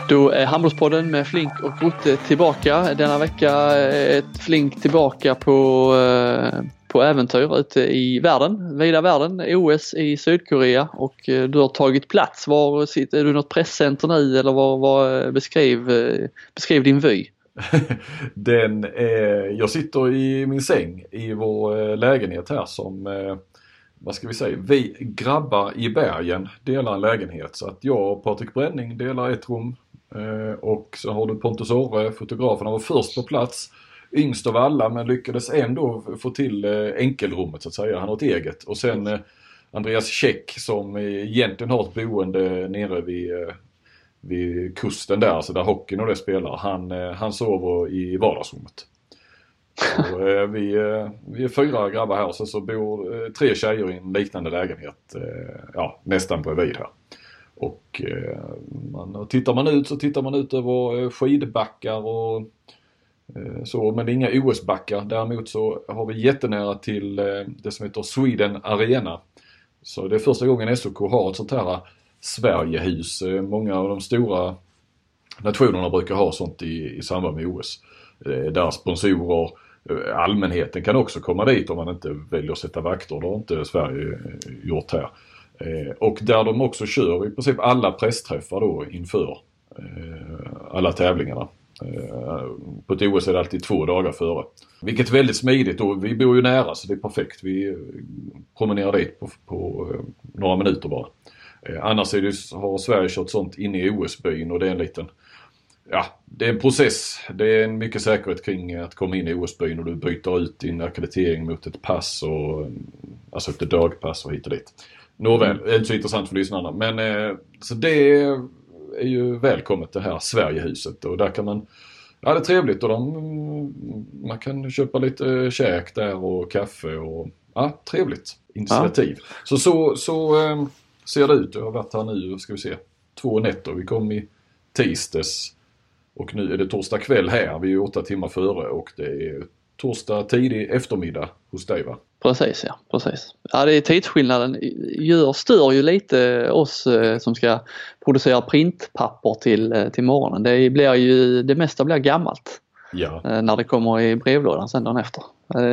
Då är Handbollspodden med Flink och Rutte tillbaka. Denna vecka är ett Flink tillbaka på äventyr ute i världen, vida världen, OS i Sydkorea, och du har tagit plats. Var sitter du, något presscenter nu, eller beskriv din vy? Jag sitter i min säng i vår lägenhet här som, vad ska vi säga, vi grabbar i bergen delar en lägenhet, så att jag och Patrik Bränning delar ett rum, och så har du Pontus Orre, fotografen, var först på plats, yngst av alla, men lyckades ändå få till enkelrummet så att säga, han har ett eget, och sen Andreas Käck som egentligen har ett boende nere vid kusten där, så där hockeyn och det spelar, han sover i vardagsrummet. Så, vi är 4 grabbar här, så bor 3 tjejer i en liknande lägenhet, nästan bredvid här. Och tittar man ut över skidbackar och så, men det är inga OS-backar. Däremot så har vi jättenära till det som heter Sweden Arena. Så det är första gången SOK har ett sånt här Sverigehus. Många av de stora nationerna brukar ha sånt i samband med OS. Där sponsorer, allmänheten kan också komma dit om man inte väljer att sätta vakter. Det har inte Sverige gjort här. Och där de också kör i princip alla pressträffar då inför alla tävlingarna. På ett OS är det alltid 2 dagar före. Vilket är väldigt smidigt, och vi bor ju nära, så det är perfekt. Vi promenerar dit på några minuter bara. Annars har Sverige kört sånt inne i OS-byn, och det är en liten... Ja, det är en process. Det är en mycket säkerhet kring att komma in i OS-byn, och du byter ut din akkreditering mot ett pass, alltså ett dagpass och hit och dit. Nåväl, det är inte så intressant för lyssnarna. Men så det är ju välkommet, det här Sverigehuset. Och där kan man, det är trevligt, och man kan köpa lite käk där och kaffe och trevligt initiativ. Ja. Så ser det ut. Jag har varit här nu, ska vi se, 2 nätter. Vi kom i tisdags. Och nu är det torsdag kväll här, vi är 8 timmar före, och det är torsdag tidig eftermiddag hos dig, va? Precis, ja. Precis. Ja, det är tidsskillnaden stör ju lite oss som ska producera printpapper till morgonen. Det mesta blir gammalt när det kommer i brevlådan sen dagen efter.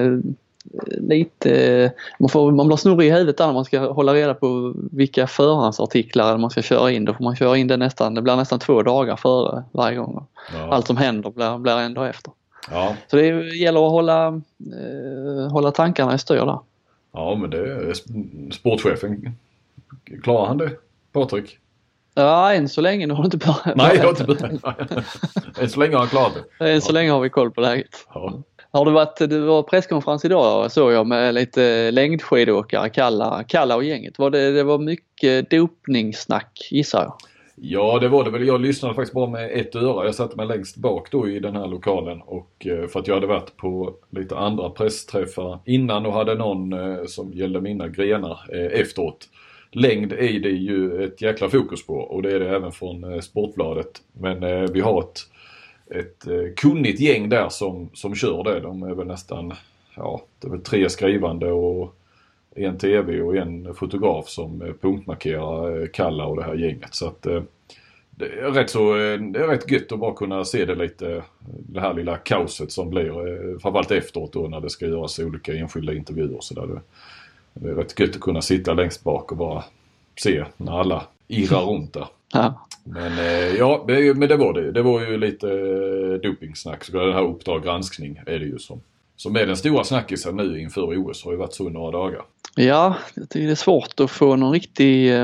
Man blir snurrig i huvudet när man ska hålla reda på vilka förhandsartiklar man ska köra in. Då får man köra in det blir nästan 2 dagar före varje gång. Ja. Allt som händer blir ändå efter. Ja. Så det gäller att hålla tankarna i styr där. Ja, men det är sportchefen. Klarar han det, Patrik? Ja, än så länge. Nu har du inte börjat. Nej, jag har inte börjat. Än så länge har han klarat det. Än så länge har vi koll på läget. Ja. Det var presskonferens idag, såg jag, med lite längdskidåkare, Kalla och gänget. Det var mycket dopningssnack, gissar jag. Ja, det var det väl. Jag lyssnade faktiskt bara med ett öra. Jag satte mig längst bak då i den här lokalen, och för att jag hade varit på lite andra pressträffar innan och hade någon som gällde mina grenar efteråt. Längd är det ju ett jäkla fokus på, och det är det även från Sportbladet. Men vi har ett kunnigt gäng där som kör det. De är väl nästan, det är väl 3 skrivande och en tv och en fotograf som punktmarkerar Kalla och det här gänget. Så att det är rätt gött att bara kunna se det lite, det här lilla kaoset som blir, framförallt efteråt då när det ska göras olika enskilda intervjuer och sådär. Det är rätt gött att kunna sitta längst bak och bara se när alla irrar runt där. Ja. Men men det var ju lite dopingsnack. Så det här Uppdrag granskning är det ju som är den stora snackisen nu inför OS, har ju varit så några dagar. Ja, jag tycker det är svårt att få någon riktig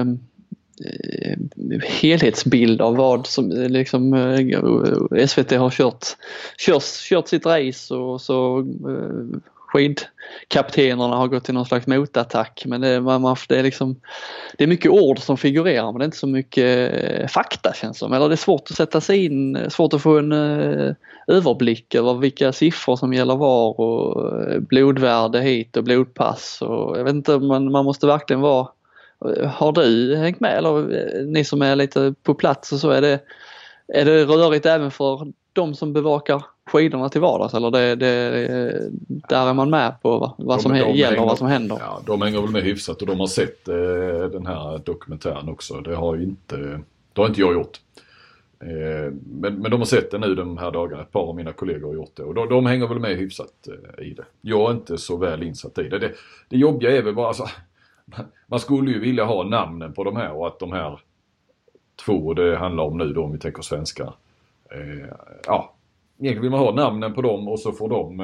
helhetsbild av vad som liksom SVT har kört sitt race, och så skidkaptenerna har gått till någon slags motattack, men det är mycket ord som figurerar, men det är inte så mycket fakta, känns som. Eller det är svårt att sätta sig in, svårt att få en överblick över vilka siffror som gäller var, och blodvärde hit och blodpass, och jag vet inte, man måste verkligen vara. Har du hängt med, eller ni som är lite på plats, och så är det rörigt även för de som bevakar skidorna till vardags, eller där är man med på vad som gäller och vad som händer? Ja, de hänger väl med hyfsat, och de har sett den här dokumentären också. Det har inte jag gjort. Men de har sett det nu de här dagarna. Ett par av mina kollegor har gjort det. Och de hänger väl med hyfsat i det. Jag är inte så väl insatt i det. Det jobbiga är väl bara alltså, man skulle ju vilja ha namnen på de här. Och att de här två det handlar om nu då om vi tänker svenskar. Egentligen vill man ha namnen på dem och så får de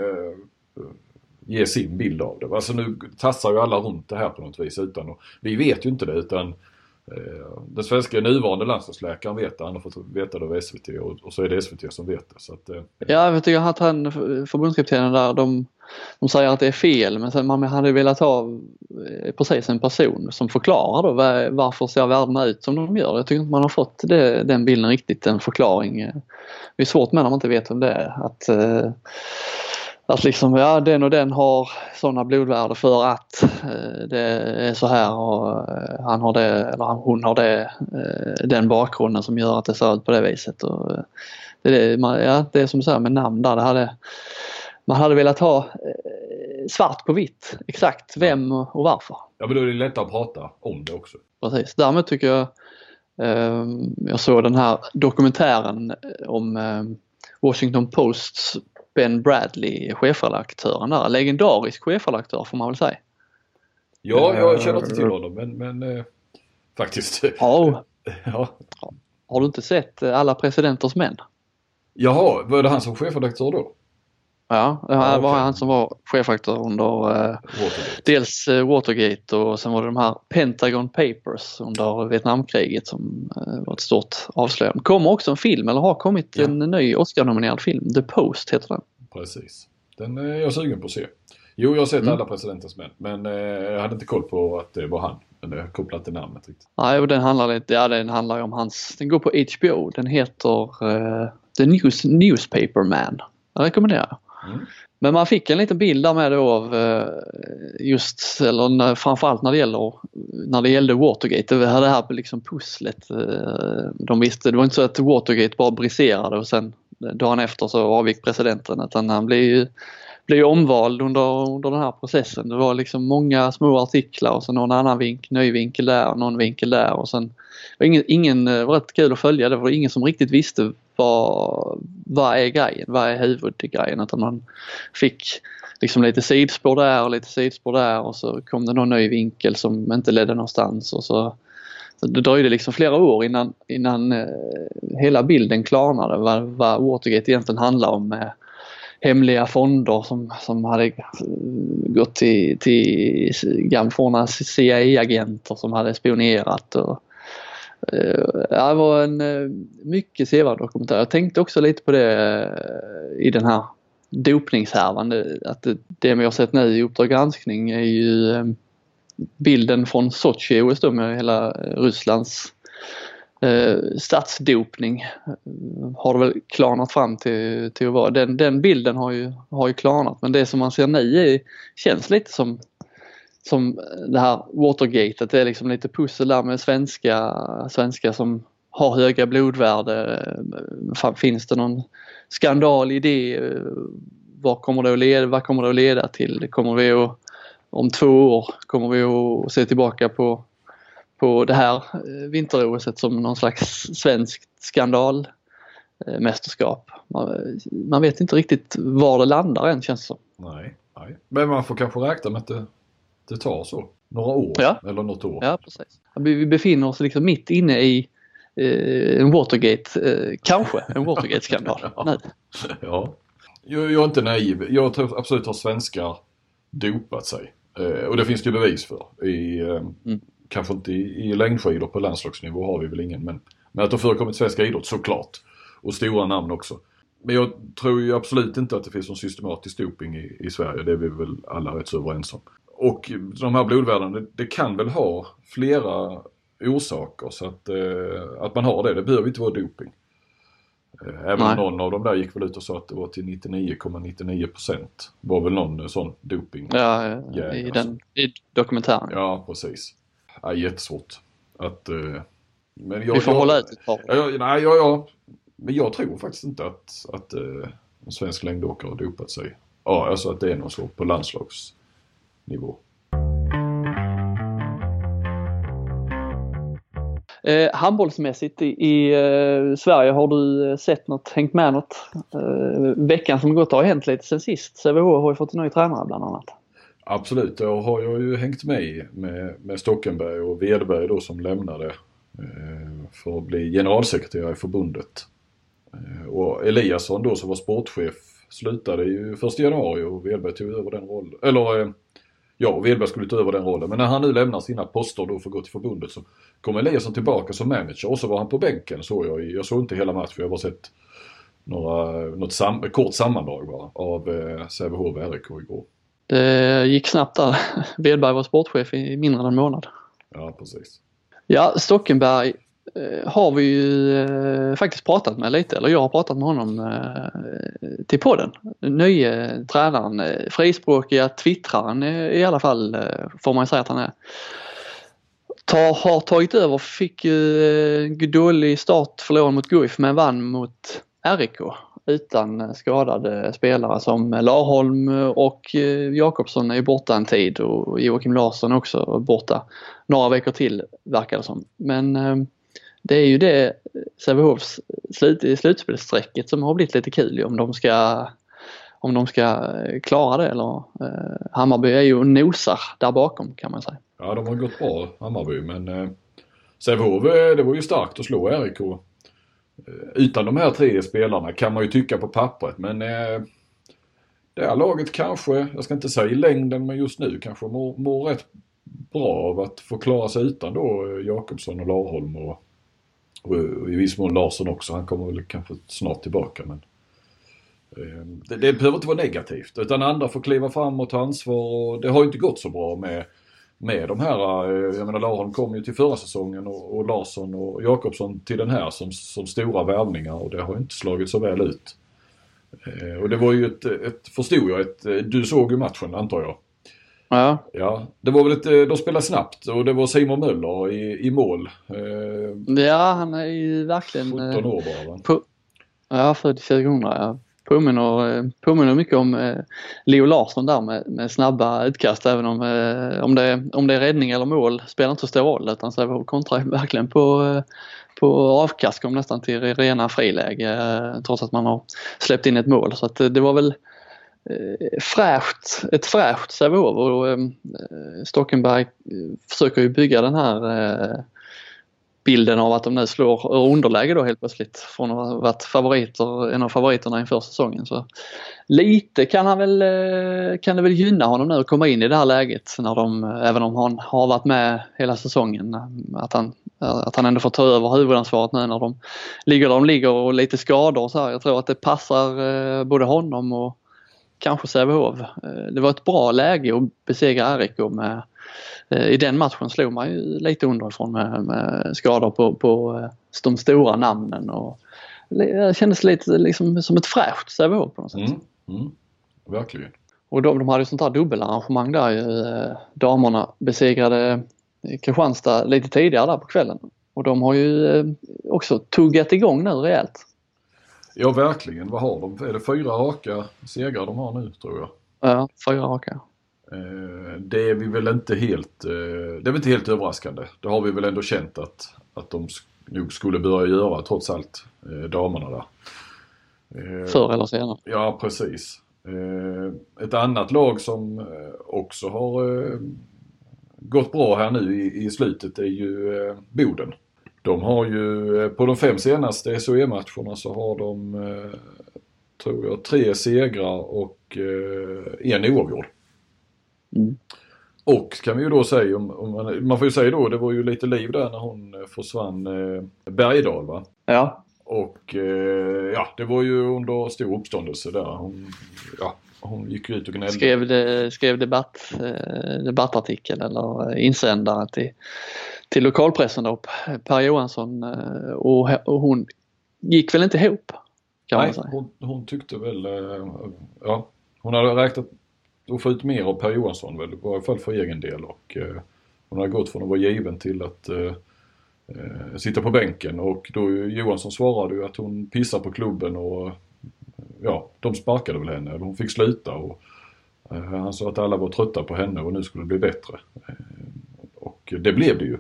ge sin bild av det. Alltså nu tassar ju alla runt det här på något vis. Vi vet ju inte det utan den svenska nuvarande landslagsläkaren vet det. Han har fått veta det av SVT och så är det SVT som vet det. Så att, Ja, jag tycker att han förbundskaptenen där, de säger att det är fel men sen man hade velat ha precis en person som förklarar då varför ser värdena ut som de gör. Jag tycker inte man har fått den bilden riktigt, en förklaring. Det är svårt med när man inte vet om det är. Att liksom, ja den och den har sådana blodvärden för att det är så här och han har det eller hon har det, den bakgrunden som gör att det ser ut på det viset. Och det är som så här med namn där, man hade velat ha svart på vitt, exakt vem och varför. Ja, men då är det lättare att prata om det också. Precis, därmed tycker jag såg den här dokumentären om Washington Posts Ben Bradley, chefredaktören där, legendarisk chefredaktör får man väl säga. Ja, jag känner inte till honom men faktiskt. Ja. Ja. Har du inte sett Alla presidenters män? Jaha, var det han som chefredaktör då? Ja, det var han som var chefredaktör under dels Watergate och sen var det de här Pentagon Papers under Vietnamkriget som var ett stort avslöjande. Kommer också en film, eller har kommit en ny Oscar-nominerad film, The Post heter den. Precis, den är jag sugen på att se. Jo, jag har sett Alla presidenters män, men jag hade inte koll på att det var han. Men det är kopplat till namnet riktigt. Nej, och den handlar om hans, den går på HBO, den heter The Newspaper Man. Jag rekommenderar. Men man fick en liten bild där med då av just, eller framförallt när det gällde Watergate. Det här liksom pusslet. De visste, det var inte så att Watergate bara briserade och sen dagen efter så avgick presidenten, utan han blev ju omvald under den här processen. Det var liksom många små artiklar och så någon annan ny vinkel där och någon vinkel där och sen det var rätt kul att följa. Det var ingen som riktigt visste vad är grejen, vad är huvudgrejen, utan man fick liksom lite sidspår där och lite sidspår där och så kom det någon ny vinkel som inte ledde någonstans och så det dröjde liksom flera år innan hela bilden klarnade vad Watergate egentligen handlar om med hemliga fonder som hade gått till gamla CIA-agenter som hade spionerat och det var en mycket sevärd dokumentär. Jag tänkte också lite på det i den här dopningshärvan, att det vi har sett nu i Uppdrag granskning är ju bilden från Sochi i OS med hela Rysslands statsdopning har det väl klarnat fram till att vara. Den bilden har ju klarnat, men det som man ser nu känns lite som det här Watergate, att det är liksom lite pussel där med svenska som har höga blodvärde. Finns det någon skandal i det? Vad kommer det att leda till? Kommer vi om 2 år kommer vi att se tillbaka på det här vinter-OS:et som någon slags svensk skandalmästerskap. Man vet inte riktigt var det landar än, känns det som. Nej. Men man får kanske räkna med att det tar så. Några år eller något år. Ja, precis. Vi befinner oss liksom mitt inne i en Watergate, kanske en Watergate-skandal. Ja. Jag är inte naiv. Jag tror absolut att svenskar dopat sig. Och det finns det ju bevis för. Kanske inte i längdskidor på landslagsnivå har vi väl ingen. Men att det har förekommit svenska idrott såklart. Och stora namn också. Men jag tror ju absolut inte att det finns någon systematisk doping i Sverige. Det är vi väl alla rätt så överens om. Och de här blodvärdena, det kan väl ha flera orsaker. Så att man har det behöver inte vara doping. Även någon av dem där gick väl ut och sa att det var till 99,99% var väl någon sån doping. Ja, i dokumentären. Ja, precis. Ja, jättesvårt. Men vi får hålla ut ett par. Ja. Men jag tror faktiskt inte att en svensk längdåkare har dopat sig. Ja, alltså att det är någon så på landslagsnivå. Handbollsmässigt i Sverige, har du sett något, hängt med något? Veckan som gått har hänt lite sen sist. Sävehof har ju fått en ny tränare bland annat. Absolut, då har jag ju hängt med Stockenberg och Wedberg då som lämnade för att bli generalsekreterare i förbundet. Och Eliasson då som var sportchef slutade ju 1 januari och Wedberg tog över den rollen. Eller Wedberg skulle ta över den rollen. Men när han nu lämnar sina poster då för att gå till förbundet så kom Eliasson tillbaka som manager och så var han på bänken. Jag såg inte hela matchen, jag har bara sett något kort sammandrag bara, av Sävehof och RIK igår. Det gick snabbt där. Wedberg var sportchef i mindre än en månad. Ja, precis. Ja, Stockenberg har vi ju faktiskt pratat med lite, eller jag har pratat med honom till podden. Nye tränaren, frispråkiga twittraren i alla fall, får man säga att han är. Har tagit över, fick ju dålig start, förlorade mot Guif men vann mot RIK utan skadade spelare som Larholm och Jakobsson är ju borta en tid och Joakim Larsson också borta några veckor till verkar det som. Men det är ju det Sävehofs slutspelssträcket som har blivit lite kul om de ska klara det, eller Hammarby är ju nosar där bakom kan man säga. Ja, de har gått bra Hammarby, men Sävehof, det var ju starkt att slå RIK. Utan de här 3 spelarna kan man ju tycka på pappret, men det här laget kanske, jag ska inte säga i längden, men just nu kanske mår rätt bra av att få klara sig utan då Jakobsson och Larholm och i viss mån Larsson också. Han kommer väl kanske snart tillbaka, men det behöver inte vara negativt, utan andra får kliva fram och ta ansvar, och det har ju inte gått så bra med de här, jag menar Larholm kom ju till förra säsongen och Larsson och Jakobsson till den här som stora värvningar, och det har inte slagit så väl ut. Och det var ju du såg ju matchen antar jag. Ja, det var väl de spelade snabbt och det var Simon Möller i mål. Ja, han är ju verkligen 17 år bara, va? Född 2000, ja. Påminner mycket om Leo Larsson där med snabba utkast, även om det är räddning eller mål spelar inte så stor roll, utan så kontrar verkligen på avkast, kom nästan till rena friläge trots att man har släppt in ett mål, så att det var väl ett fräscht Sävehof, och Stockenberg försöker ju bygga den här bilden av att de nu slår underläge då helt plötsligt från att ha varit en av favoriterna inför säsongen. Så lite kan det väl gynna honom nu att komma in i det här läget när även om han har varit med hela säsongen, att han ändå får ta över huvudansvaret nu när de ligger och lite skador och så här. Jag tror att det passar både honom och kanske Sävehof. Det var ett bra läge att besegra RIK med. I den matchen slog man ju lite underifrån med skador på de stora namnen, och det kändes lite liksom som ett fräscht Sävehof på något sätt. Verkligen. Och de hade ju sånt här dubbelarrangemang där ju. Damerna besegrade Kristianstad lite tidigare där på kvällen, och de har ju också tuggat igång nu rejält. Ja, verkligen. Vad har de? Är det 4 raka segrar de har nu, tror jag? Ja, 4 raka. Det är vi väl inte helt, det är väl inte helt överraskande. Det har vi väl ändå känt att de nog skulle börja göra trots allt, damerna där. Förr eller senare. Ja, precis. Ett annat lag som också har gått bra här nu i slutet är ju Boden. De har ju på de 5 senaste SOE-matcherna så har de tror jag 3 segrar och 1 oavgjord. Och kan vi ju då säga, man får ju säga då, det var ju lite liv där när hon försvann, Bergdahl, va? Ja. Och det var ju under stor uppståndelse där. Hon gick ut och gnällde. Skrev debattartikel eller insändare till lokalpressen då, Per Johansson, och hon gick väl inte ihop, kan man säga. Hon tyckte väl, hon hade räknat att få ut mer av Per Johansson väl, i varje fall för egen del, och hon har gått från att vara given till att sitta på bänken, och då Johansson svarade ju att hon pissar på klubben, och de sparkade väl henne, hon fick sluta, och han sa att alla var trötta på henne och nu skulle det bli bättre, och det blev det ju.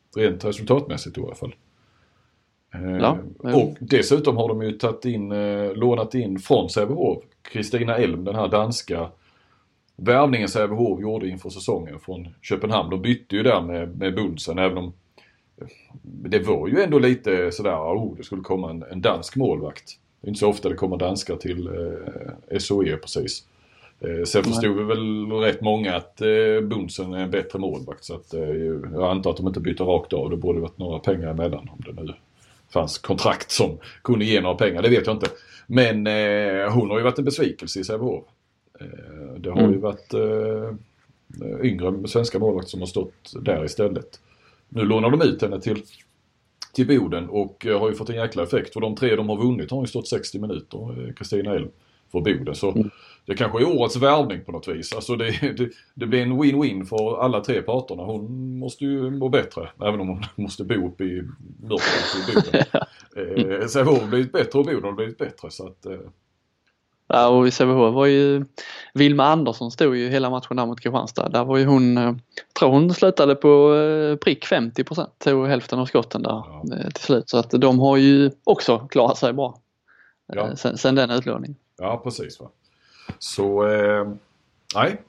Rent resultatmässigt i alla fall. Ja. Och dessutom har de ju lånat in från Sävehof Kristina Elm, den här danska värvningen Sävehof gjorde inför säsongen från Köpenhamn. De bytte ju där med Bunsen, även om det var ju ändå lite sådär, det skulle komma en dansk målvakt. Det är inte så ofta det kommer danskar till SOE precis. Sen förstod vi väl rätt många att Bunsen är en bättre målvakt, så att jag antar att de inte byter rakt av. Det borde varit några pengar emellan, om det nu fanns kontrakt som kunde ge några pengar, det vet jag inte. Men hon har ju varit en besvikelse i Sävehof. Det har ju varit yngre svenska målvakter som har stått där istället. Nu lånar de ut henne till Boden och har ju fått en jäkla effekt. För de 3 de har vunnit har ju stått 60 minuter, Kristina Elm för Boden. Så det kanske är årets värvning på något vis. Alltså det blir en win-win för alla 3 parterna. Hon måste ju må bättre, även om hon måste bo uppe i mörkret i Boden. Så hon har blivit bättre och Boden har blivit bättre. Så att, Ja, och i Sävehof var ju Vilma Andersson stod ju hela matchen där mot Kristianstad. Där var ju tror hon slutade på prick 50%, tog hälften av skotten där till slut. Så att de har ju också klarat sig bra sen den utlåningen. Ja, precis va. Så, nej,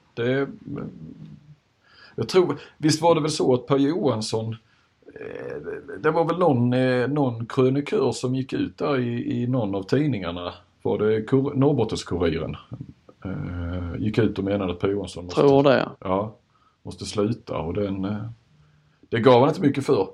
jag tror, visst var det väl så att Per Johansson, det var väl någon krönikör som gick ut där i någon av tidningarna. Var det Norrbottenskuriren gick ut och menade att Per Johansson måste sluta, och det gav han inte mycket för.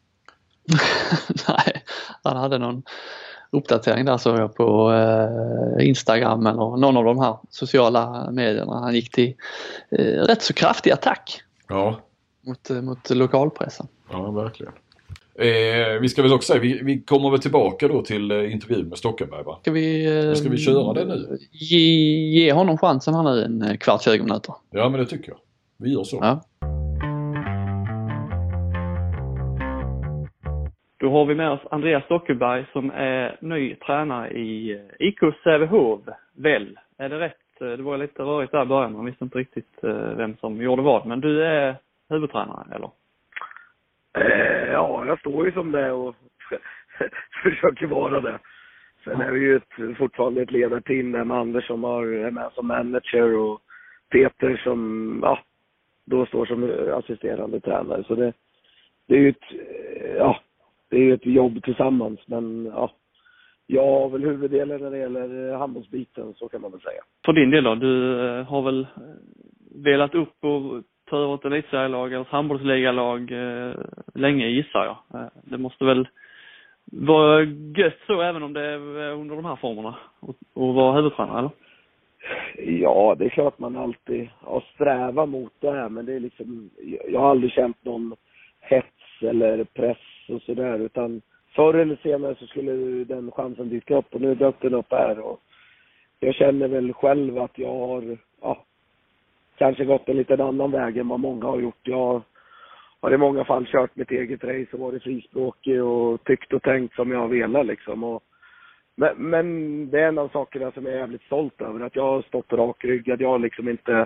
Nej, han hade någon uppdatering där, så jag på Instagram eller någon av de här sociala medierna. Han gick till rätt så kraftig attack mot lokalpressen. Ja, verkligen. Vi ska väl också säga, vi kommer väl tillbaka då till intervjun med Stockenberg, va? Ska vi köra det nu? Ge honom chansen här nu en kvart 20 minuter. Ja, men det tycker jag. Vi gör så. Ja. Då har vi med oss Andreas Stockenberg som är ny tränare i IK Sävehof. Väl, är det rätt? Det var lite rörigt där i början, man visste inte riktigt vem som gjorde vad. Men du är huvudtränare, eller? Ja, jag står ju som det och försöker vara det. Sen är vi ju fortfarande ett ledarteam där med Anders som är med som manager och Peter som då står som assisterande tränare. Så det är ju ett jobb tillsammans, men jag har väl huvuddelen när det gäller handbollsbiten, så kan man väl säga. För din del då, du har väl velat upp och ta över ett elitserielag eller ett handbollsligalag länge, gissar jag. Det måste väl vara gött så, även om det är under de här formerna, och vara huvudtränare, eller? Ja, det är klart man alltid har strävat mot det här, men det är liksom, jag har aldrig känt någon hets eller press och sådär, utan förr eller senare så skulle den chansen dyka upp, och nu dök den upp här, och jag känner väl själv att jag har kanske gått en liten annan väg än vad många har gjort. Jag har i många fall kört mitt eget race och varit frispråkig och tyckt och tänkt som jag har velat liksom. Men det är en av sakerna som jag är jävligt stolt över, att jag har stått rakryggad. Jag har liksom inte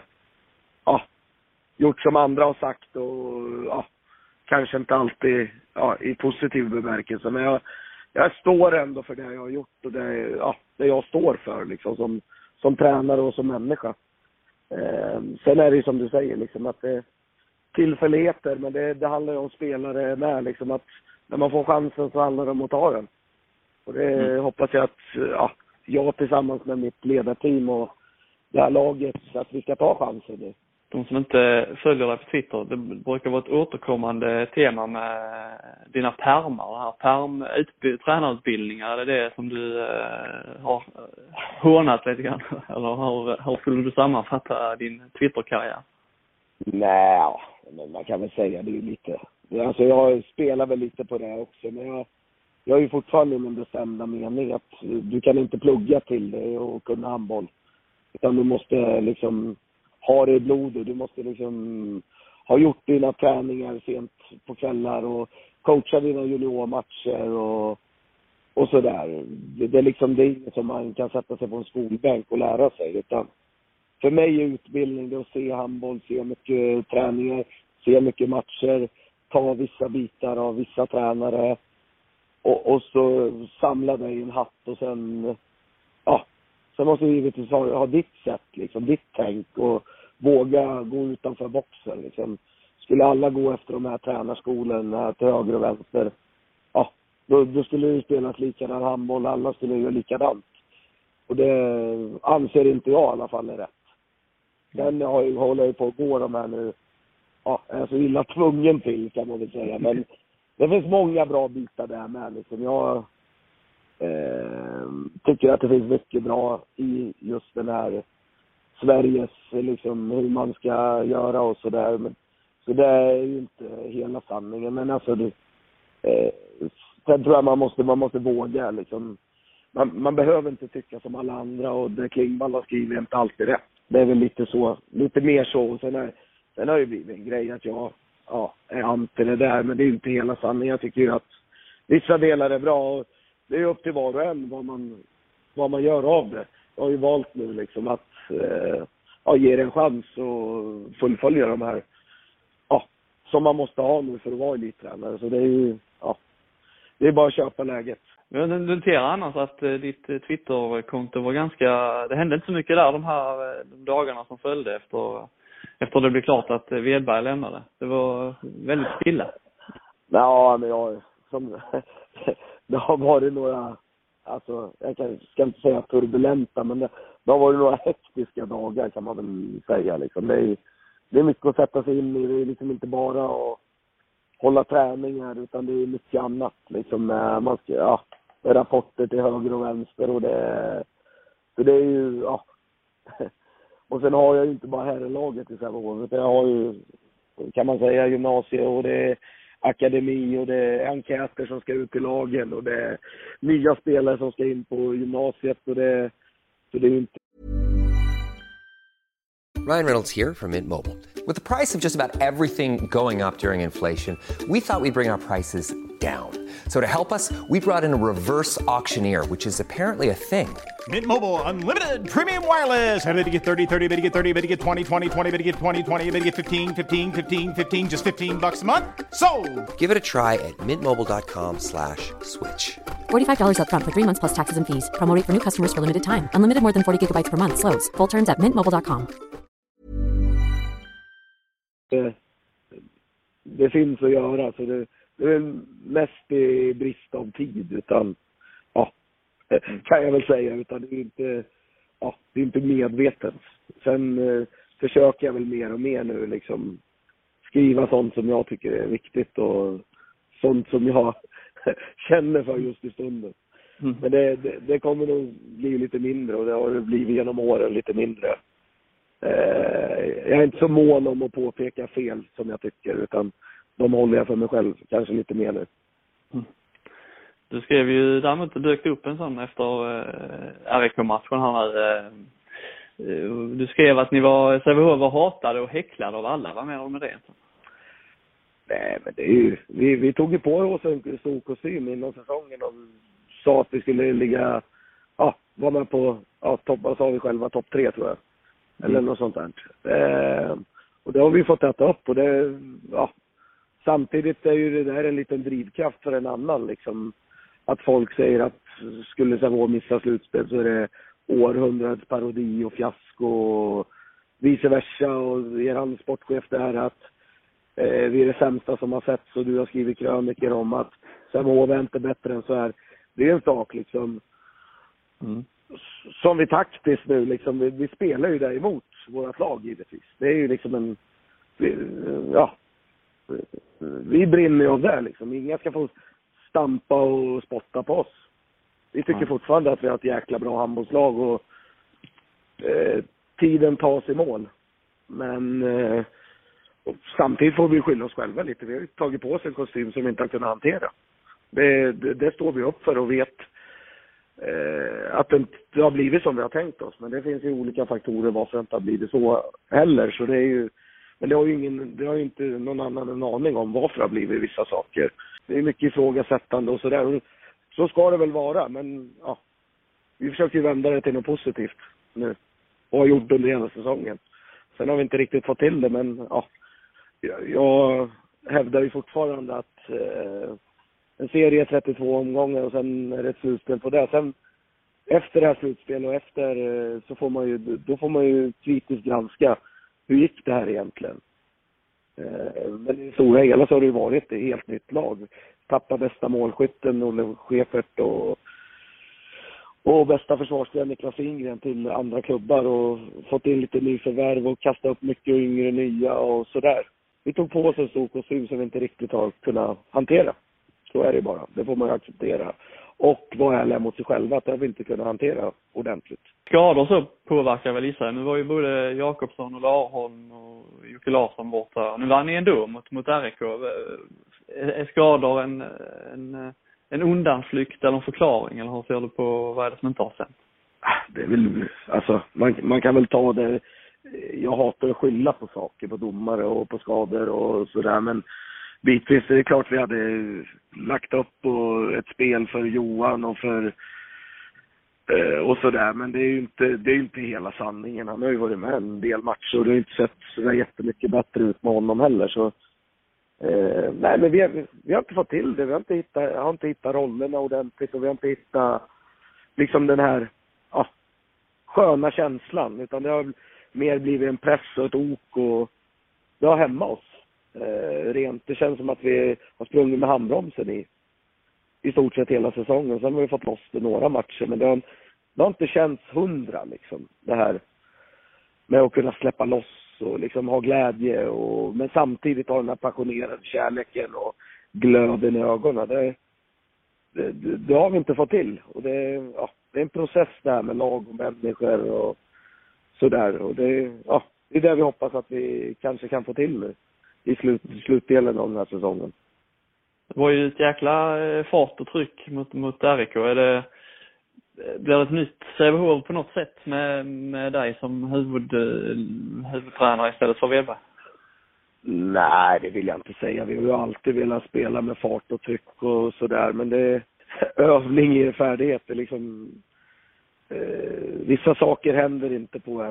gjort som andra har sagt, och kanske inte alltid i positiv bemärkelse, men jag står ändå för det jag har gjort, och det jag står för liksom, som tränare och som människa. Sen är det ju som du säger liksom, att det är tillfälligheter, men det handlar ju om spelare med liksom, att när man får chansen så handlar det om att ta den. Och det hoppas jag att jag tillsammans med mitt ledarteam och det här laget, så att vi ska ta chansen nu. De som inte följer dig på Twitter, det brukar vara ett återkommande tema med dina pärmar. Tränarutbildningar, är det som du har hånat lite grann? Eller hur skulle du sammanfatta din Twitter-karriär? Nej, men man kan väl säga det är lite. Alltså jag spelar väl lite på det också, men jag är ju fortfarande min bestämda mening att du kan inte plugga till det och kunna handboll. Utan du måste liksom ha det i blodet. Du måste liksom ha gjort dina träningar sent på kvällar och coacha dina juniormatcher och sådär. Det är liksom det som man kan sätta sig på en skolbänk och lära sig. Utan för mig är utbildning det att se handboll, se mycket träningar, se mycket matcher, ta vissa bitar av vissa tränare och så samla dig i en hatt och sen måste du givetvis ha ditt sätt, liksom, ditt tänk och våga gå utanför boxen. Liksom. Skulle alla gå efter de här tränarskolorna till höger och vänster, då skulle det spelas likadan handboll, alla skulle göra likadant. Och det anser inte jag i alla fall är rätt. Den håller jag på att gå de här nu. Är så illa tvungen till, kan man väl säga. Men det finns många bra bitar där med. Liksom. Jag tycker att det finns mycket bra i just den här Sveriges, liksom, hur man ska göra och sådär. Så det är ju inte hela sanningen. Men alltså, sen tror jag man måste våga. Liksom. Man behöver inte tycka som alla andra, och det Klingvall har skrivit är inte alltid rätt. Det är väl lite mer så. Sen har det blivit en grej att jag är anti det där, men det är inte hela sanningen. Jag tycker ju att vissa delar är bra, och det är upp till var och en vad man gör av det. Jag har ju valt nu liksom att ge det en chans och fullfölja de här som man måste ha nu för att vara elittränare. Så det är ju det är bara att köpa läget. Jag noterar annars att ditt Twitter-konto var det hände inte så mycket där de dagarna som följde efter det blev klart att Wedberg lämnade. Det var väldigt stilla. Ja, men det har varit några, alltså jag ska inte säga turbulenta, men det har varit några hektiska dagar, kan man väl säga liksom. Det är mycket att sätta sig in i. Det är liksom inte bara att hålla träningar, utan det är mycket annat liksom. Man ska rapporter till höger och vänster, och det är ju och sen har jag ju inte bara herrlaget i Sävehof, utan jag har ju, kan man säga, gymnasiet, och det är akademi, och det är enkäter som ska ut till lagen, och det är nya spelare som ska in på gymnasiet, och så det är ju inte. Ryan Reynolds here from Mint Mobile. With the price of just about everything going up during inflation, we thought we'd bring our prices down. So to help us, we brought in a reverse auctioneer, which is apparently a thing. Mint Mobile Unlimited Premium Wireless. How to get 30, 30, bit to get 30, bit to get 20, 20, 20, bit to get 20, 20, bit to get 15, 15, 15, 15, just $15 a month? Sold! Give it a try at mintmobile.com/switch. $45 up front for 3 months plus taxes and fees. Promo rate for new customers for limited time. Unlimited more than 40 gigabytes per month. Slows full terms at mintmobile.com. Det finns att göra, så det är mest i brist av tid, utan kan jag väl säga, utan det är inte medvetet. Sen försöker jag väl mer och mer nu liksom skriva sånt som jag tycker är viktigt, och sånt som jag känner för just i stunden. Men det kommer nog bli lite mindre, och det har det blivit genom åren lite mindre. Jag är inte så mån om att påpeka fel som jag tycker, utan de håller jag för mig själv kanske lite mer nu. Du skrev ju däremot, dök upp en sån efter RIK-matchen här. Du skrev att Sävehof var hatade och häcklade av alla. Vad menar du med det? Nej, men det är ju, vi tog ju på oss en stor kostym innan säsongen och sa att vi skulle ligga, vara med på, topp, vad sa vi själva, topp 3 tror jag. Eller något sånt där. Och det har vi fått äta upp, och det, samtidigt är ju det där en liten drivkraft för en annan liksom. Att folk säger att skulle Sävehof missa slutspel så är det århundradets parodi och fiasko och vice versa, och er sportchef där att vi är det sämsta som har sett, så du har skrivit kröniker om att Sävehof är inte bättre än så här. Det är en sak liksom som vi taktiskt nu liksom, vi spelar ju där emot vårat lag givetvis. Det är ju liksom vi brinner ju av det liksom. Inga ska få stampa och spotta på oss. Vi tycker fortfarande att vi har ett jäkla bra handbollslag, och tiden tas i mål. Men och samtidigt får vi skylla oss själva lite. Vi har ju tagit på oss en kostym som vi inte har kunnat hantera. Det står vi upp för och vet att det inte har blivit som vi har tänkt oss. Men det finns ju olika faktorer varför det inte har blivit så heller. Så det är ju, men det har ju inte någon annan en aning om varför det har blivit vissa saker. Det är mycket ifrågasättande och sådär. Så ska det väl vara, men vi försöker ju vända det till något positivt nu. Och har gjort under hela säsongen. Sen har vi inte riktigt fått till det, men jag hävdar ju fortfarande att en serie är 32 omgångar och sen är det ett slutspel på det. Sen efter det här slutspelet och efter så får man ju kritiskt granska hur gick det här egentligen. Men i stora hela så har det ju varit ett helt nytt lag. Tappa bästa målskytten Olle Schäfert och bästa försvarsspelaren Niklas Ingren till andra klubbar och fått in lite nyförvärv och kastat upp mycket yngre nya och sådär. Vi tog på oss en stor kostym som vi inte riktigt har kunnat hantera. Så är det bara. Det får man ju acceptera. Och vara ärliga mot sig själva att det har vi inte kunnat hantera ordentligt. Skador så påverkar väl Israel. Nu var ju både Jakobsson och Larholm och Jocke Larsson borta. Nu vann ni ändå mot RIK. Är skador en undanflykt eller en förklaring? Eller hur ser du på vad är det som inte har sen? Det är väl, alltså, man kan väl ta det. Jag hatar att skylla på saker, på domare och på skador och sådär. Men bitvis är det klart vi hade lagt upp på ett spel för Johan och för och sådär. Men det är ju inte hela sanningen. Han har ju varit med en del matcher och det har inte sett så jättemycket bättre ut med honom heller. Så nej, men vi har inte fått till det. Jag har inte hittat rollerna ordentligt och vi har inte hittat liksom den här sköna känslan. Utan det har mer blivit en press och ett ok och det har hämmat oss. Rent. Det känns som att vi har sprungit med handbromsen i stort sett hela säsongen. Sen har vi fått loss det några matcher. Men det har inte känts 100 liksom. Det här med att kunna släppa loss och liksom ha glädje. Men samtidigt ha den här passionerade kärleken och glöden i ögonen. Det har vi inte fått till. Och det är en process där med lag och människor och sådär. Och det är det vi hoppas att vi kanske kan få till nu. I slutdelen av den här säsongen. Det var ju ett jäkla fart och tryck mot RIK. Blir det ett nytt Sävehof på något sätt med dig som huvudtränare istället för Wedberg? Nej, det vill jag inte säga. Vi har ju alltid velat spela med fart och tryck och sådär. Men det är övning i färdigheter. Liksom, vissa saker händer inte på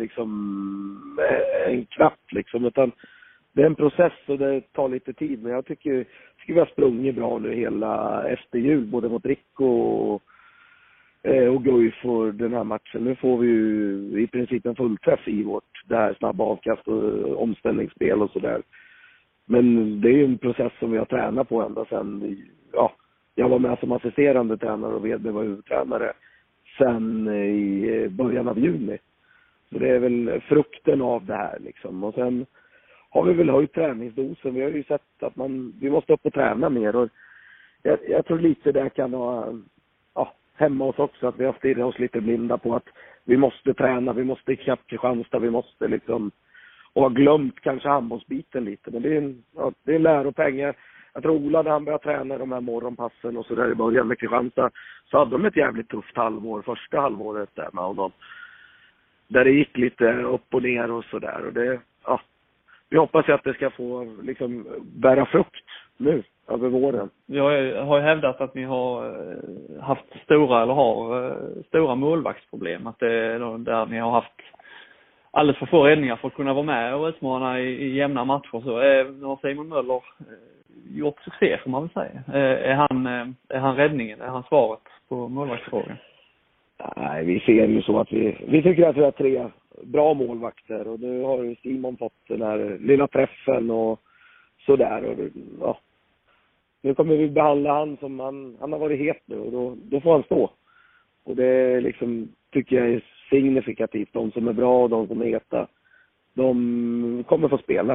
en knapp. Liksom, utan det är en process och det tar lite tid. Men jag tycker vi har sprungit bra nu hela efter jul. Både mot Rico och Guif för den här matchen. Nu får vi ju i princip en fullträff i vårt det här snabba avkast och omställningsspel och sådär. Men det är ju en process som vi har tränat på ända sedan. Jag var med som assisterande tränare och Wedberg var huvudtränare sen i början av juni. Så det är väl frukten av det här liksom. Och sen har vi väl höjt träningsdosen. Vi har ju sett att vi måste upp och träna mer. Och jag tror lite det kan vara hemma hos också. Att vi har stirrat oss lite blinda på att vi måste träna. Vi måste knappt Kristianstad. Vi måste liksom... Och har glömt kanske handbollsbiten lite. Men det är en läropengar. Jag tror Ola när han började träna de här morgonpassen och så där i början med Kristianstad. Så hade de ett jävligt tufft halvår. Första halvåret där med honom. Där det gick lite upp och ner och sådär. Och det... Vi hoppas att det ska få liksom bära frukt nu över våren. Jag har ju hävdat att ni har haft stora målvaktsproblem. Att det är där ni har haft alldeles för få räddningar för att kunna vara med och utmana i jämna matcher. Så nu har Simon Möller gjort succé, får man väl säga. Är han räddningen? Är han svaret på målvaktsfrågan? Nej, vi ser ju så att vi tycker att vi har 3 bra målvakter och nu har ju Simon fått den här lilla träffen och sådär. Och nu kommer vi behandla han som han har varit het nu och då får han stå. Och det liksom, tycker jag är signifikativt. De som är bra och de som är heta, de kommer få spela.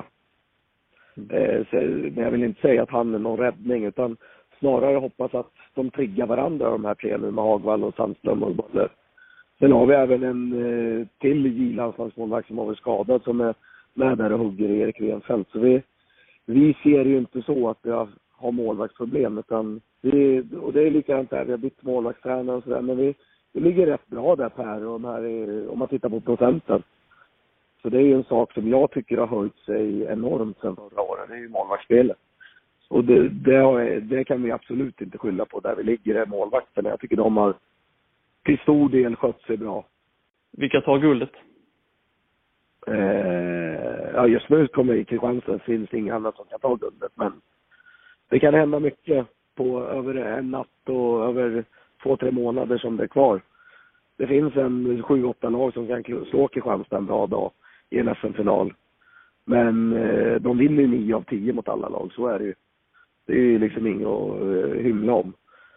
Men jag vill inte säga att han är någon räddning utan snarare hoppas att de triggar varandra de här 3 nu med Hagvall och Sandström och Bolle. Sen har vi även en till J-landslagsmålvakt som har varit skadad som är med där och hugger i Erik Renfeldt. Så vi ser ju inte så att vi har målvaktsproblem utan och det är likadant där. Vi har bytt målvaktstränare och sådär men vi ligger rätt bra där Per och om man tittar på procenten. Så det är ju en sak som jag tycker har höjt sig enormt sedan förra året. Det är ju målvaktsspelet. Och det kan vi absolut inte skylla på där vi ligger är målvakterna. Jag tycker de har till stor del skött sig bra. Vilka tar guldet? ja, just nu kommer i Kristianstad finns det inga annat som kan ta guldet, men det kan hända mycket på över en natt och över 2-3 månader som det är kvar. Det finns en 7-8 lag som kan slå Kristianstad en bra dag i en SM-final. Men de vinner ju 9 av 10 mot alla lag, så är det ju. Det är ju liksom inget att hymla om.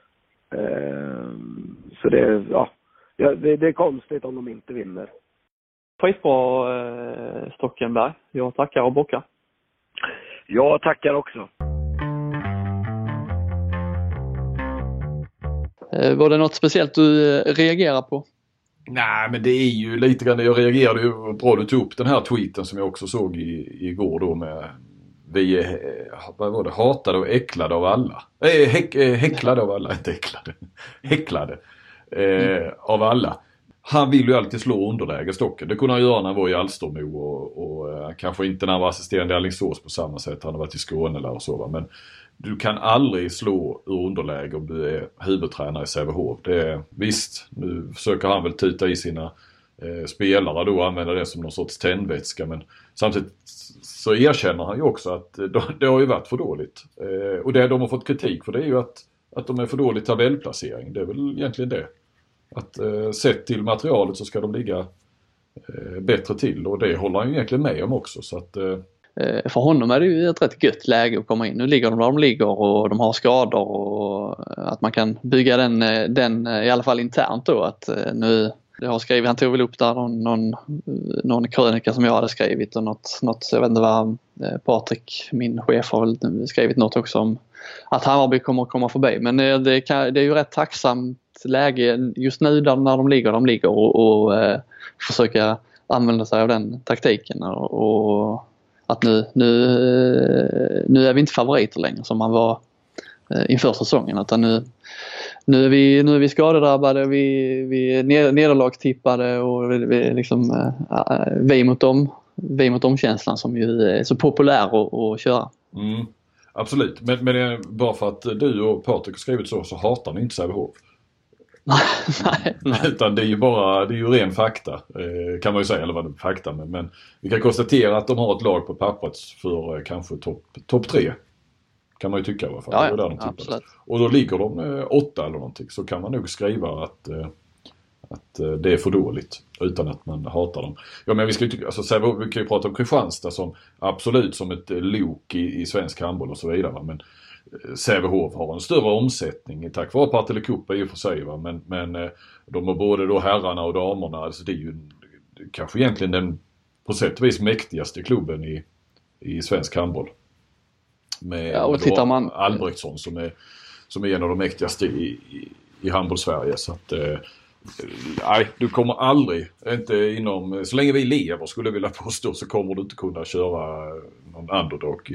Så det är konstigt om de inte vinner. Skitbra Stockenberg. Jag tackar och bockar. Jag tackar också. Var det något speciellt du reagerar på? Nej, men det är ju lite grann, jag reagerade ju bra, du tog upp den här tweeten som jag också såg igår då med vi vad var det, hatade och äcklade av alla. Häcklade av alla, inte äcklade. Häcklade av alla. Han vill ju alltid slå underläge Stocken. Det kunde han göra när han var i Alstermo och kanske inte när han var assisterande i Alingsås på samma sätt. Han har varit i Skåne eller så, va? Men du kan aldrig slå ur underläge om du är huvudtränare i Sävehof. Visst, nu försöker han väl tuta i sina spelare då och använda det som någon sorts tändvätska. Men samtidigt så erkänner han ju också att det har ju varit för dåligt. Och det de har fått kritik för det är ju att de är för dålig tabellplacering. Det är väl egentligen det. Att sett till materialet så ska de ligga bättre till. Och det håller han ju egentligen med om också. Så att... För honom är det ju ett rätt gött läge att komma in. Nu ligger de där de ligger och de har skador och att man kan bygga den i alla fall internt då. Att nu, jag har skrivit, han tog väl upp där någon krönika som jag hade skrivit och något jag vet inte vad, Patrik, min chef, har väl skrivit något också om att Hammarby kommer att komma förbi. Men det är ju rätt tacksamt läge just nu där när de ligger och försöka använda sig av den taktiken och att nu är vi inte favoriter längre som man var inför säsongen, utan nu är vi skadedrabbade, vi är nederlagstippade och vi liksom vi mot dem känslan som ju är så populär att köra. Mm, absolut, men det är bara för att du och Patrik har skrivit så hatar ni inte Sävehof. Nej. Utan det är ju ren fakta kan man ju säga, eller vad det är fakta, men vi kan konstatera att de har ett lag på pappret för kanske topp 3 kan man ju tycka i alla fall. Ja, det där de absolut. Och då ligger de 8 eller någonting, så kan man nog skriva att det är för dåligt utan att man hatar dem. Ja, men vi kan ju prata om Kristianstad som absolut som ett lok i svensk handboll och så vidare, men Sävehof har en större omsättning tack vare Partille Cup i och för sig, va? Men de har både då herrarna och damerna, alltså det är ju kanske egentligen den på sätt och vis mäktigaste klubben i svensk handboll. Med och tittar man Albrektsson som är en av de mäktigaste i handboll-Sverige, så att nej, du kommer aldrig, inte inom, så länge vi lever skulle jag vilja påstå, så kommer du inte kunna köra någon underdog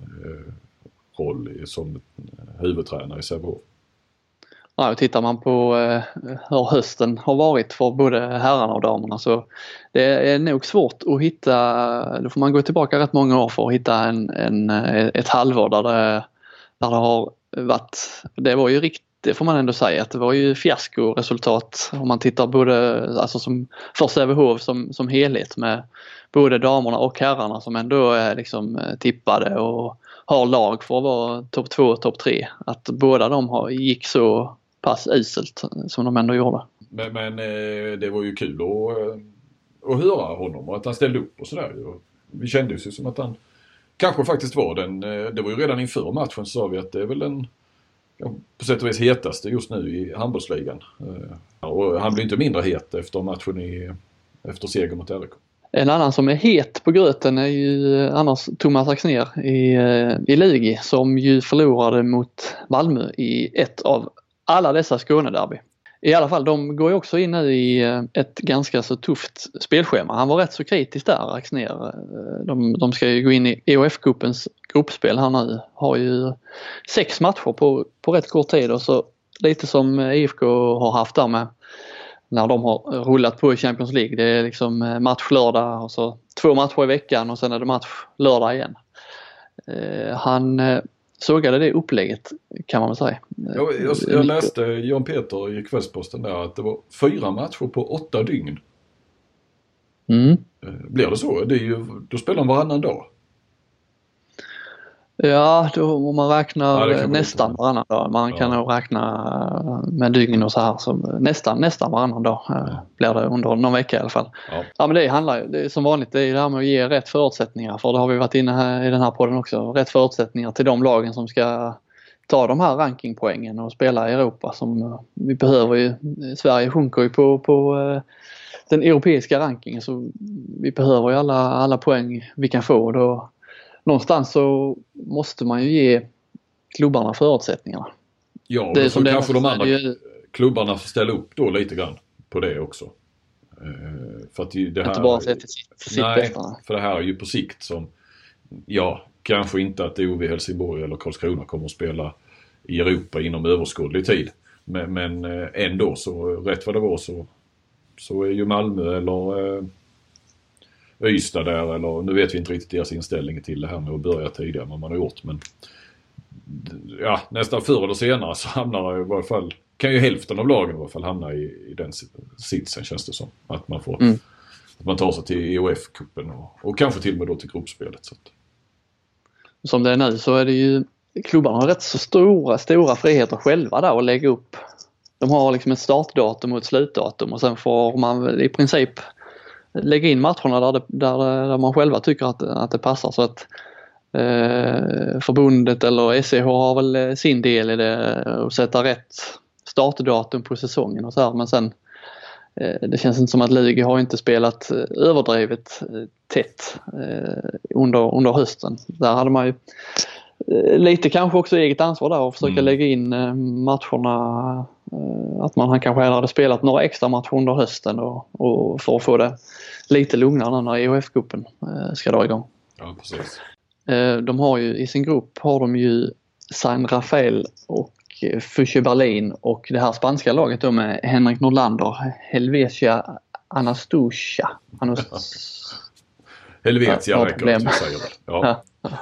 roll som huvudtränare i Sävehof. Ja, och tittar man på hur hösten har varit för både herrarna och damerna, så det är nog svårt att hitta, då får man gå tillbaka rätt många år för att hitta ett halvår där det har varit, det var ju riktigt, det får man ändå säga, att det var ju fiaskoresultat om man tittar både, alltså som för Sävehof som helhet, med både damerna och herrarna som ändå är liksom tippade och har lag för att vara topp 2 och topp 3, att båda de gick så pass uselt som de ändå gjorde. Men det var ju kul att höra honom och att han ställde upp och sådär. Vi kände ju som att han kanske faktiskt var det var ju redan inför matchen, sa vi att det är väl den på sätt och vis hetaste just nu i handbollsligan. Och han blir inte mindre het efter matchen efter seger mot RIK. En annan som är het på gröten är ju annars Thomas Axnér i Lugi, som ju förlorade mot Malmö i ett av alla dessa Skånederby. I alla fall, de går ju också in nu i ett ganska så tufft spelschema. Han var rätt så kritisk där, Axnér. De ska ju gå in i EOF-cupens gruppspel här nu. Har ju 6 matcher på rätt kort tid, och så lite som IFK har haft där med när de har rullat på i Champions League. Det är liksom match lördag och så 2 matcher i veckan och sen är det match lördag igen. Han sågade det upplägget, kan man väl säga. Jag läste Jan Peter i Kvällsposten där att det var 4 matcher på 8 dygn. Blir det så? Det är ju, då spelar de varannan dag. Ja, då om man räknar kan man nästan varannan dag. Man kan nog räkna med dygn och så här. Så nästan varannan dag blir det under någon vecka i alla fall. Ja, men det är som vanligt, det är det här med att ge rätt förutsättningar. För det har vi varit inne här i den här podden också. Rätt förutsättningar till de lagen som ska ta de här rankingpoängen och spela i Europa som vi behöver ju. Sverige sjunker ju på den europeiska rankingen, så vi behöver ju alla poäng vi kan få. Då någonstans så måste man ju ge klubbarna förutsättningarna. Ja, det är som kanske de andra klubbarna får ställa upp då lite grann på det också. För att det här, inte bara se till sitt bästa. För det här är ju på sikt som, kanske inte att OV Helsingborg eller Karlskrona kommer att spela i Europa inom överskådlig tid. Men ändå så, rätt vad det var så är ju Malmö eller Ystad där, eller nu vet vi inte riktigt deras inställning till det här med att börja tidigare än vad man har gjort, men nästan förr eller senare så hamnar i varje fall, kan ju hälften av lagen i alla fall hamna i den sitsen, känns det som, att man får att man tar sig till EOF-kuppen och kanske till och med då till gruppspelet. Så att. Som det är nu så är det ju, klubbarna har rätt så stora friheter själva där att lägga upp. De har liksom ett startdatum och ett slutdatum, och sen får man i princip lägga in matcherna där man själva tycker att det passar, så att förbundet eller SEH har väl sin del i det och sätta rätt startdatum på säsongen och så här. Men sen det känns inte som att Lugi har inte spelat överdrivet tätt under hösten. Där hade man ju lite kanske också eget ansvar där och försöka lägga in matcherna, att man kanske hade spelat några extra matcher under hösten och för att få det lite lugnare när EOF-cupen ska dra igång. Ja, precis. De har ju i sin grupp har de ju San Rafael och Füche Berlin och det här spanska laget då med Henrik Nordlander, Helvetia Anastasia. Helvetia räcker att säga det. Ja.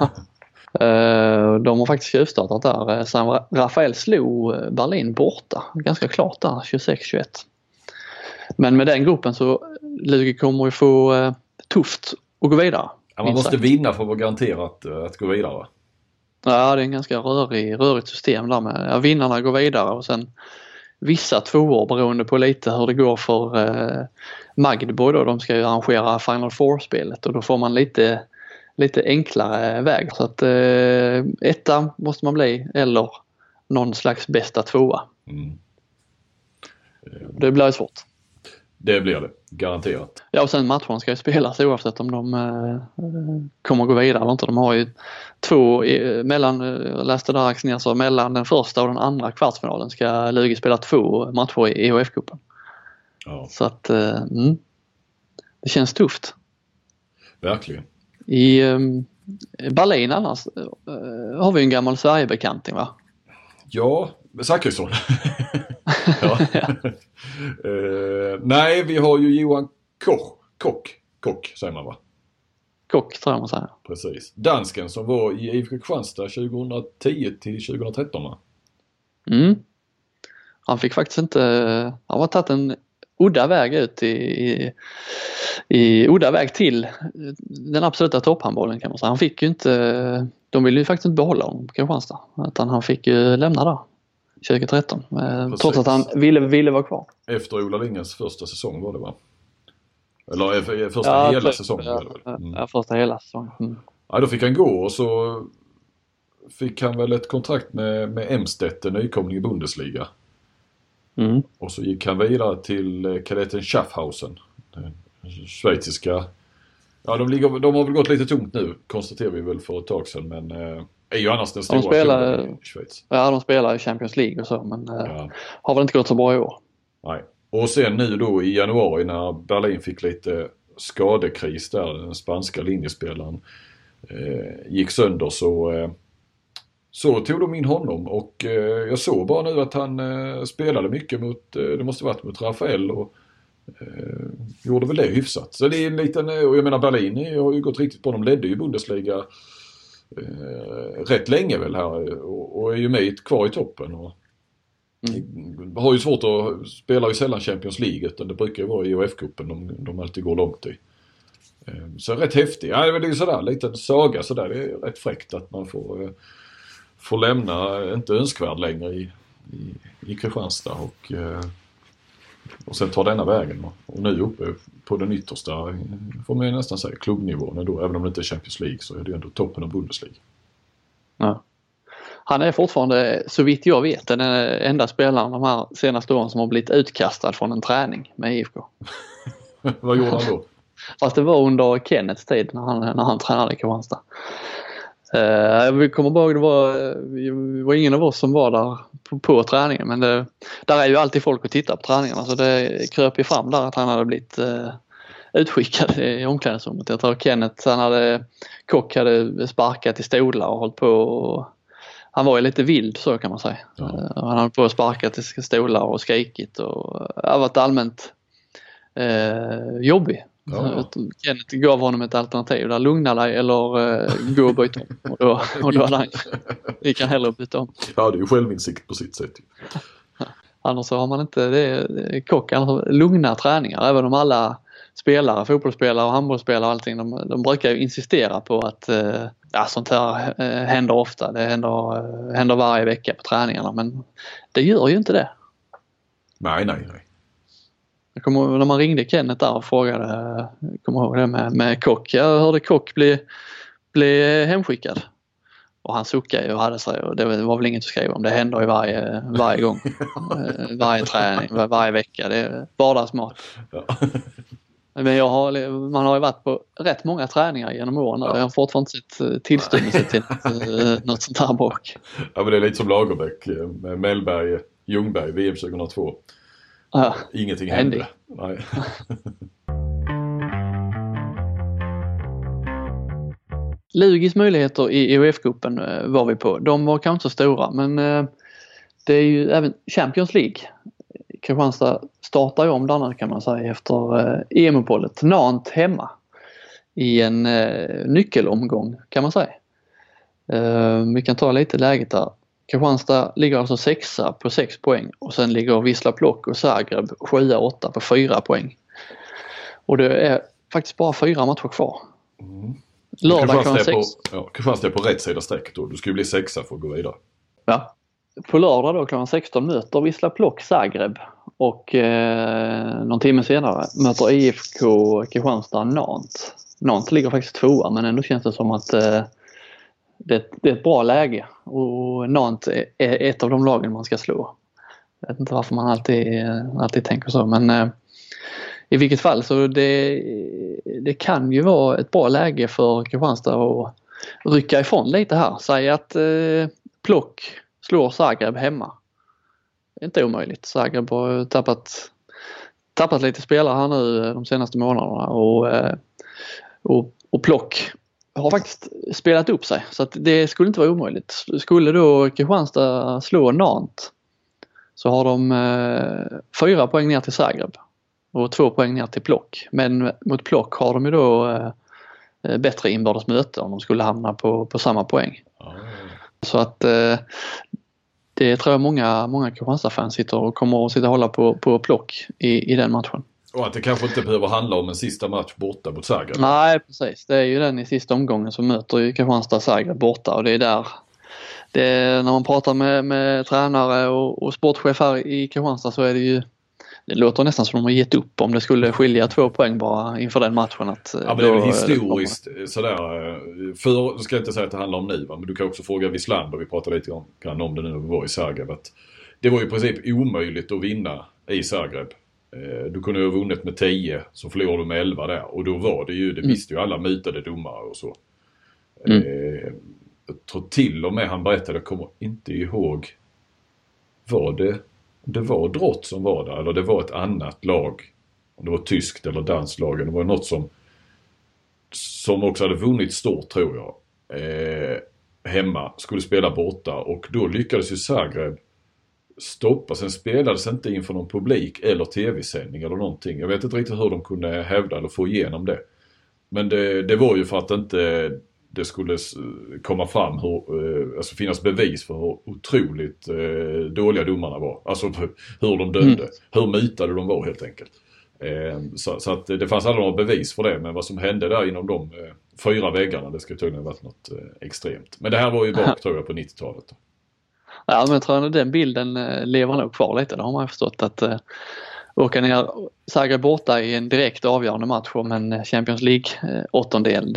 De har faktiskt tjuvstartat där. San Rafael slog Berlin borta ganska klart där, 26-21. Men med den gruppen så Lugi kommer ju få tufft att gå vidare. Ja, man måste vinna för att vara garanterat att gå vidare. Ja, det är en ganska rörigt system där med vinnarna går vidare och sen vissa tvåor beroende på lite hur det går för Magdeburg då. De ska ju arrangera Final Four-spelet och då får man lite enklare väg. Så att etta måste man bli eller någon slags bästa tvåa. Det blir svårt. Det blir det, garanterat. Ja, och sen matcherna ska ju spelas oavsett om de kommer gå vidare eller inte. De har ju två läste där Axnér, så mellan den första och den andra kvartsfinalen ska Lugi spela 2 matcher i EOF-cupen. Ja. Så att det känns tufft. Verkligen. I Berlin annars har vi en gammal Sverigebekanting, va? Ja, Zachrisson. Ja. Nej, vi har ju Johan Kock säger man, va? Kock tror jag man säger. Precis. Dansken som var i IFK Kristianstad 2010 till 2013, va? Han fick faktiskt inte, han var tagit en udda väg ut i udda väg till den absoluta topphandbollen, kan man säga. Han fick ju inte, de ville ju faktiskt inte behålla honom på Kristianstad, utan han fick ju lämna där 2013. Trots att han ville vara kvar. Efter Ola Lingens första säsong var det, va? Eller första hela säsongen var det väl? Ja, första hela säsongen. Ja, då fick han gå och så fick han väl ett kontrakt med Emstedt, en nykomling i Bundesliga. Och så gick han vidare till kadetten Schaffhausen, den schweiziska. Ja, de har väl gått lite tungt nu, konstaterar vi väl för ett tag sedan, men är ju annars den stora klubben i Schweiz. Ja, de spelar i Champions League och så, men har väl inte gått så bra i år. Nej. Och sen nu då i januari när Berlin fick lite skadekris där, den spanska linjespelaren gick sönder, så tog de in honom och jag såg bara nu att han spelade mycket det måste varit mot Rafael och gjorde väl det hyfsat. Så det är en liten, och jag menar Berlin har ju gått riktigt på, de ledde ju Bundesliga rätt länge väl här och är ju kvar i toppen och har ju svårt att spela ju sällan Champions League, utan det brukar ju vara i EOF-cupen de alltid går långt i. Så rätt häftigt. Ja, det är ju sådär, lite saga sådär. Det är rätt fräckt att man får lämna, inte önskvärd längre i Kristianstad och sen ta denna vägen. Och nu uppe på den yttersta, får man ju nästan säga, klubbnivån då. Även om det inte är Champions League så är det ändå toppen av Bundesliga. Ja. Han är fortfarande, så vitt jag vet, den enda spelaren de här senaste åren som har blivit utkastad från en träning med IFK. Vad gjorde han då? Fast det var under Kennets tid när han tränade i Kristianstad. Vi kommer ihåg, det var ingen av oss som var där på träningen, men där är ju alltid folk att titta på träningarna, så det kröp ju fram där att han hade blivit utskickad i omklädningsrummet. Jag tror Kenneth, Kock hade sparkat i stolar och hållit på, och han var ju lite vild, så kan man säga. Ja. Han hade på att sparka till stolar och skrikit och har varit allmänt jobbig. Ja. Kenneth gav honom ett alternativ där: lugna dig eller gå och byta om. Och då hade han, vi kan hellre byta om. Ja, det är ju självinsikt på sitt sätt. Annars så har man inte det. Kock, alltså, lugna träningar, även om alla spelare, fotbollsspelare och handbollsspelare och allting, de brukar ju insistera på att sånt här händer ofta. Det händer varje vecka på träningarna, men det gör ju inte det. Nej. Jag kommer ihåg när man ringde Kenneth där och frågade, kommer ihåg det med Kock. Jag hörde Kock bli hemskickad. Och han suckade och hade sig, och det var väl inget att skriva om. Det händer ju varje gång. Varje träning, varje vecka. Det är vardagsmat. Ja. Men man har ju varit på rätt många träningar genom åren. Ja. Jag har fortfarande inte sett tillstymmelse till något sånt här bråk. Ja, men det är lite som Lagerbäck med Mellberg, Ljungberg, VM 2002. Ja. Ingenting hände. Nej. Lugis möjligheter i EUF-cupen var vi på. De var kanske inte så stora, men det är ju även Champions League. Kristianstad startar ju om där, kan man säga, efter EM-uppehållet. Nantes hemma i en nyckelomgång, kan man säga. Vi kan ta lite läget där. Kristianstad ligger alltså 6 på 6 poäng, och sen ligger Wisla Plock och Zagreb 7-8 på 4 poäng. Och det är faktiskt bara 4 matcher kvar. Lördag klockan 6. Kristianstad är på rätt sida strecket då. Du ska ju bli 6 för att gå vidare. Ja. På lördag då klockan 16 möter Wisla Plock Zagreb, och någon timme senare möter IFK Kristianstad Nantes. Nantes ligger faktiskt 2, men ändå känns det som att det är ett bra läge, och Nantes är ett av de lagen man ska slå. Jag vet inte varför man alltid tänker så, men i vilket fall så det kan ju vara ett bra läge för Kristianstad att rycka ifrån lite här. Säg att Plock slår Zagreb hemma. Det är inte omöjligt. Zagreb har tappat lite spelare här nu de senaste månaderna, och Plock har faktiskt spelat upp sig, så att det skulle inte vara omöjligt. Skulle då Kristianstad slå Nantes, så har de 4 poäng ner till Zagreb och 2 poäng ner till Plock. Men mot Plock har de ju då bättre inbördes möte om de skulle hamna på samma poäng. Så att det tror jag många Kristianstad-fans kommer att sitta och hålla på Plock i den matchen. Och att det kanske inte behöver handla om en sista match borta mot Zagreb. Nej, precis. Det är ju den i sista omgången som möter ju Kristianstad Zagreb borta, och det är där när man pratar med tränare och sportchef här i Kristianstad, så är det låter nästan som de har gett upp om det skulle skilja 2 poäng bara inför den matchen. Att ja, men det är väl historiskt sådär. För ska jag inte säga att det handlar om nu, men du kan också fråga Wislander, vi pratade lite om det nu när vi var i Zagreb, att det var ju i princip omöjligt att vinna i Zagreb. Du kunde ju ha vunnit med 10, så förlorade du med 11 där, och då var det ju, det visste ju alla mutade domare och så. Jag tror till och med han berättade, jag kommer inte ihåg, det var Drott som var där, eller det var ett annat lag, om det var tyskt eller danskt lag, det var något som också hade vunnit stort, tror jag, hemma, skulle spela borta, och då lyckades ju Zagreb stoppa. Sen spelades inte inför någon publik eller tv-sändning eller någonting. Jag vet inte riktigt hur de kunde hävda eller få igenom det. Men det var ju för att inte det skulle komma fram alltså finnas bevis för hur otroligt dåliga domarna var. Alltså hur de dömde. Hur mutade de var helt enkelt. Så att det fanns aldrig några bevis för det, men vad som hände där inom de 4 väggarna, det skulle tydligen ha varit något extremt. Men det här var ju bak, tror jag, på 90-talet. Ja, men tror jag den bilden lever nog kvar lite. Det har man förstått att åka ner Zagreb borta i en direkt avgörande match om en Champions League åttondel.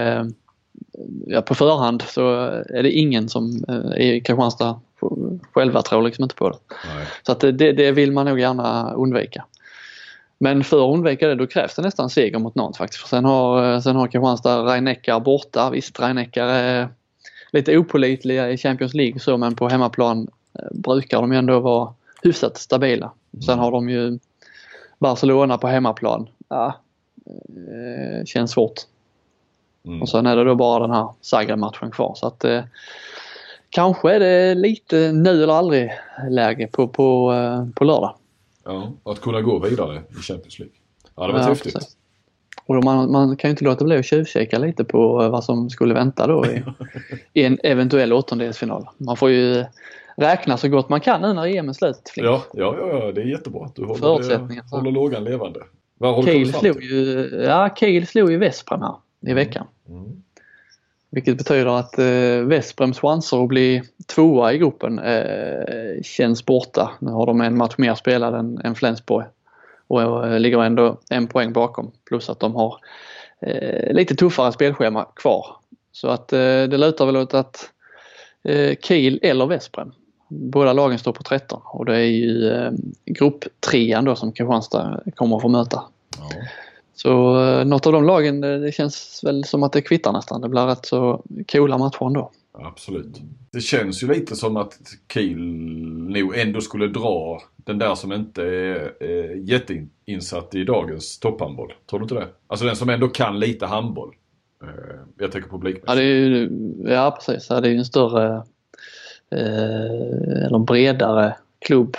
På förhand så är det ingen som i Kristianstad själva tror liksom inte på det. Nej. Så att det vill man nog gärna undvika. Men för att undvika det, då krävs det nästan seger mot något faktiskt. För sen har Kristianstad Rhein-Neckar borta. Visst, Rhein-Neckar är lite opålitliga i Champions League så, men på hemmaplan brukar de ju ändå vara hyfsat stabila. Sen har de ju Barcelona på hemmaplan. Ja, känns svårt. Och sen är det då bara den här Zagreb-matchen kvar. Så att kanske är det lite nu eller aldrig läge på lördag. Ja, att kunna gå vidare i Champions League. Ja, det var häftigt. Precis. Och man kan ju inte låta bli att tjuvkika lite på vad som skulle vänta då i en eventuell åttondelsfinal. Man får ju räkna så gott man kan nu när EM är slut. Ja, det är jättebra att du håller lågan levande. Vad håller Kiel slog ju Vesprem här i veckan. Vilket betyder att Vesprems chanser att bli 2:a i gruppen känns borta. Nu har de en match mer spelad än Flensburg och ligger ändå 1 poäng bakom. Plus att de har lite tuffare spelschema kvar. Så att det lutar väl åt att Kiel eller Vesprem. Båda lagen står på 13 och det är ju grupp-3 då som Kristianstad kommer att få möta. Ja. Så något av de lagen, det känns väl som att det kvittar nästan. Det blir rätt så coola matcher ändå. Absolut. Det känns ju lite som att Kiel nog ändå skulle dra den där som inte är jätteinsatt i dagens topphandboll. Tror du inte det? Alltså den som ändå kan lite handboll. Jag tänker publikmässigt. Ja, precis. Det är ju en större eller bredare klubb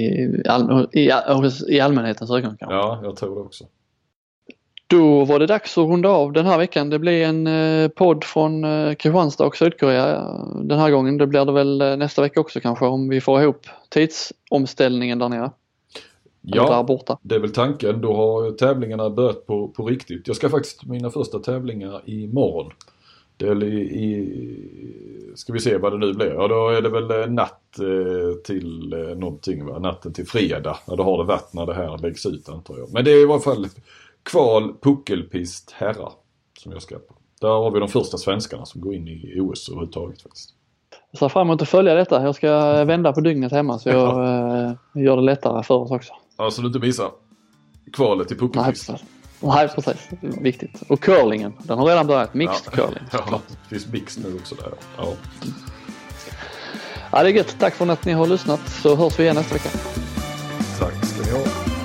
i allmänhetens ögon kanske. Ja, jag tror det också. Då var det dags att runda av den här veckan. Det blir en podd från Kristianstad och Sydkorea den här gången. Det blir det väl nästa vecka också kanske om vi får ihop tidsomställningen där nere. Ja, där borta. Det är väl tanken. Då har tävlingarna börjat på riktigt. Jag ska faktiskt mina första tävlingar imorgon. Det är ska vi se vad det nu blir. Ja, då är det väl natt till någonting, va? Natten till fredag. Ja, då har det varit när det här läggs ut antar jag. Men det är i alla fall kval puckelpist herrar som jag ska på. Där har vi de första svenskarna som går in i OS överhuvudtaget faktiskt. Jag ser fram emot att följa detta. Jag ska vända på dygnet hemma så jag gör det lättare för oss också. Ja, så du inte missar kvalet i puckelpist. Nej, precis. Viktigt. Och curlingen, den har redan börjat. Mixed curling. Ja, det finns mixed nu också där. Ja, det är gött. Tack för att ni har lyssnat så hörs vi igen nästa vecka. Tack ska ni ha.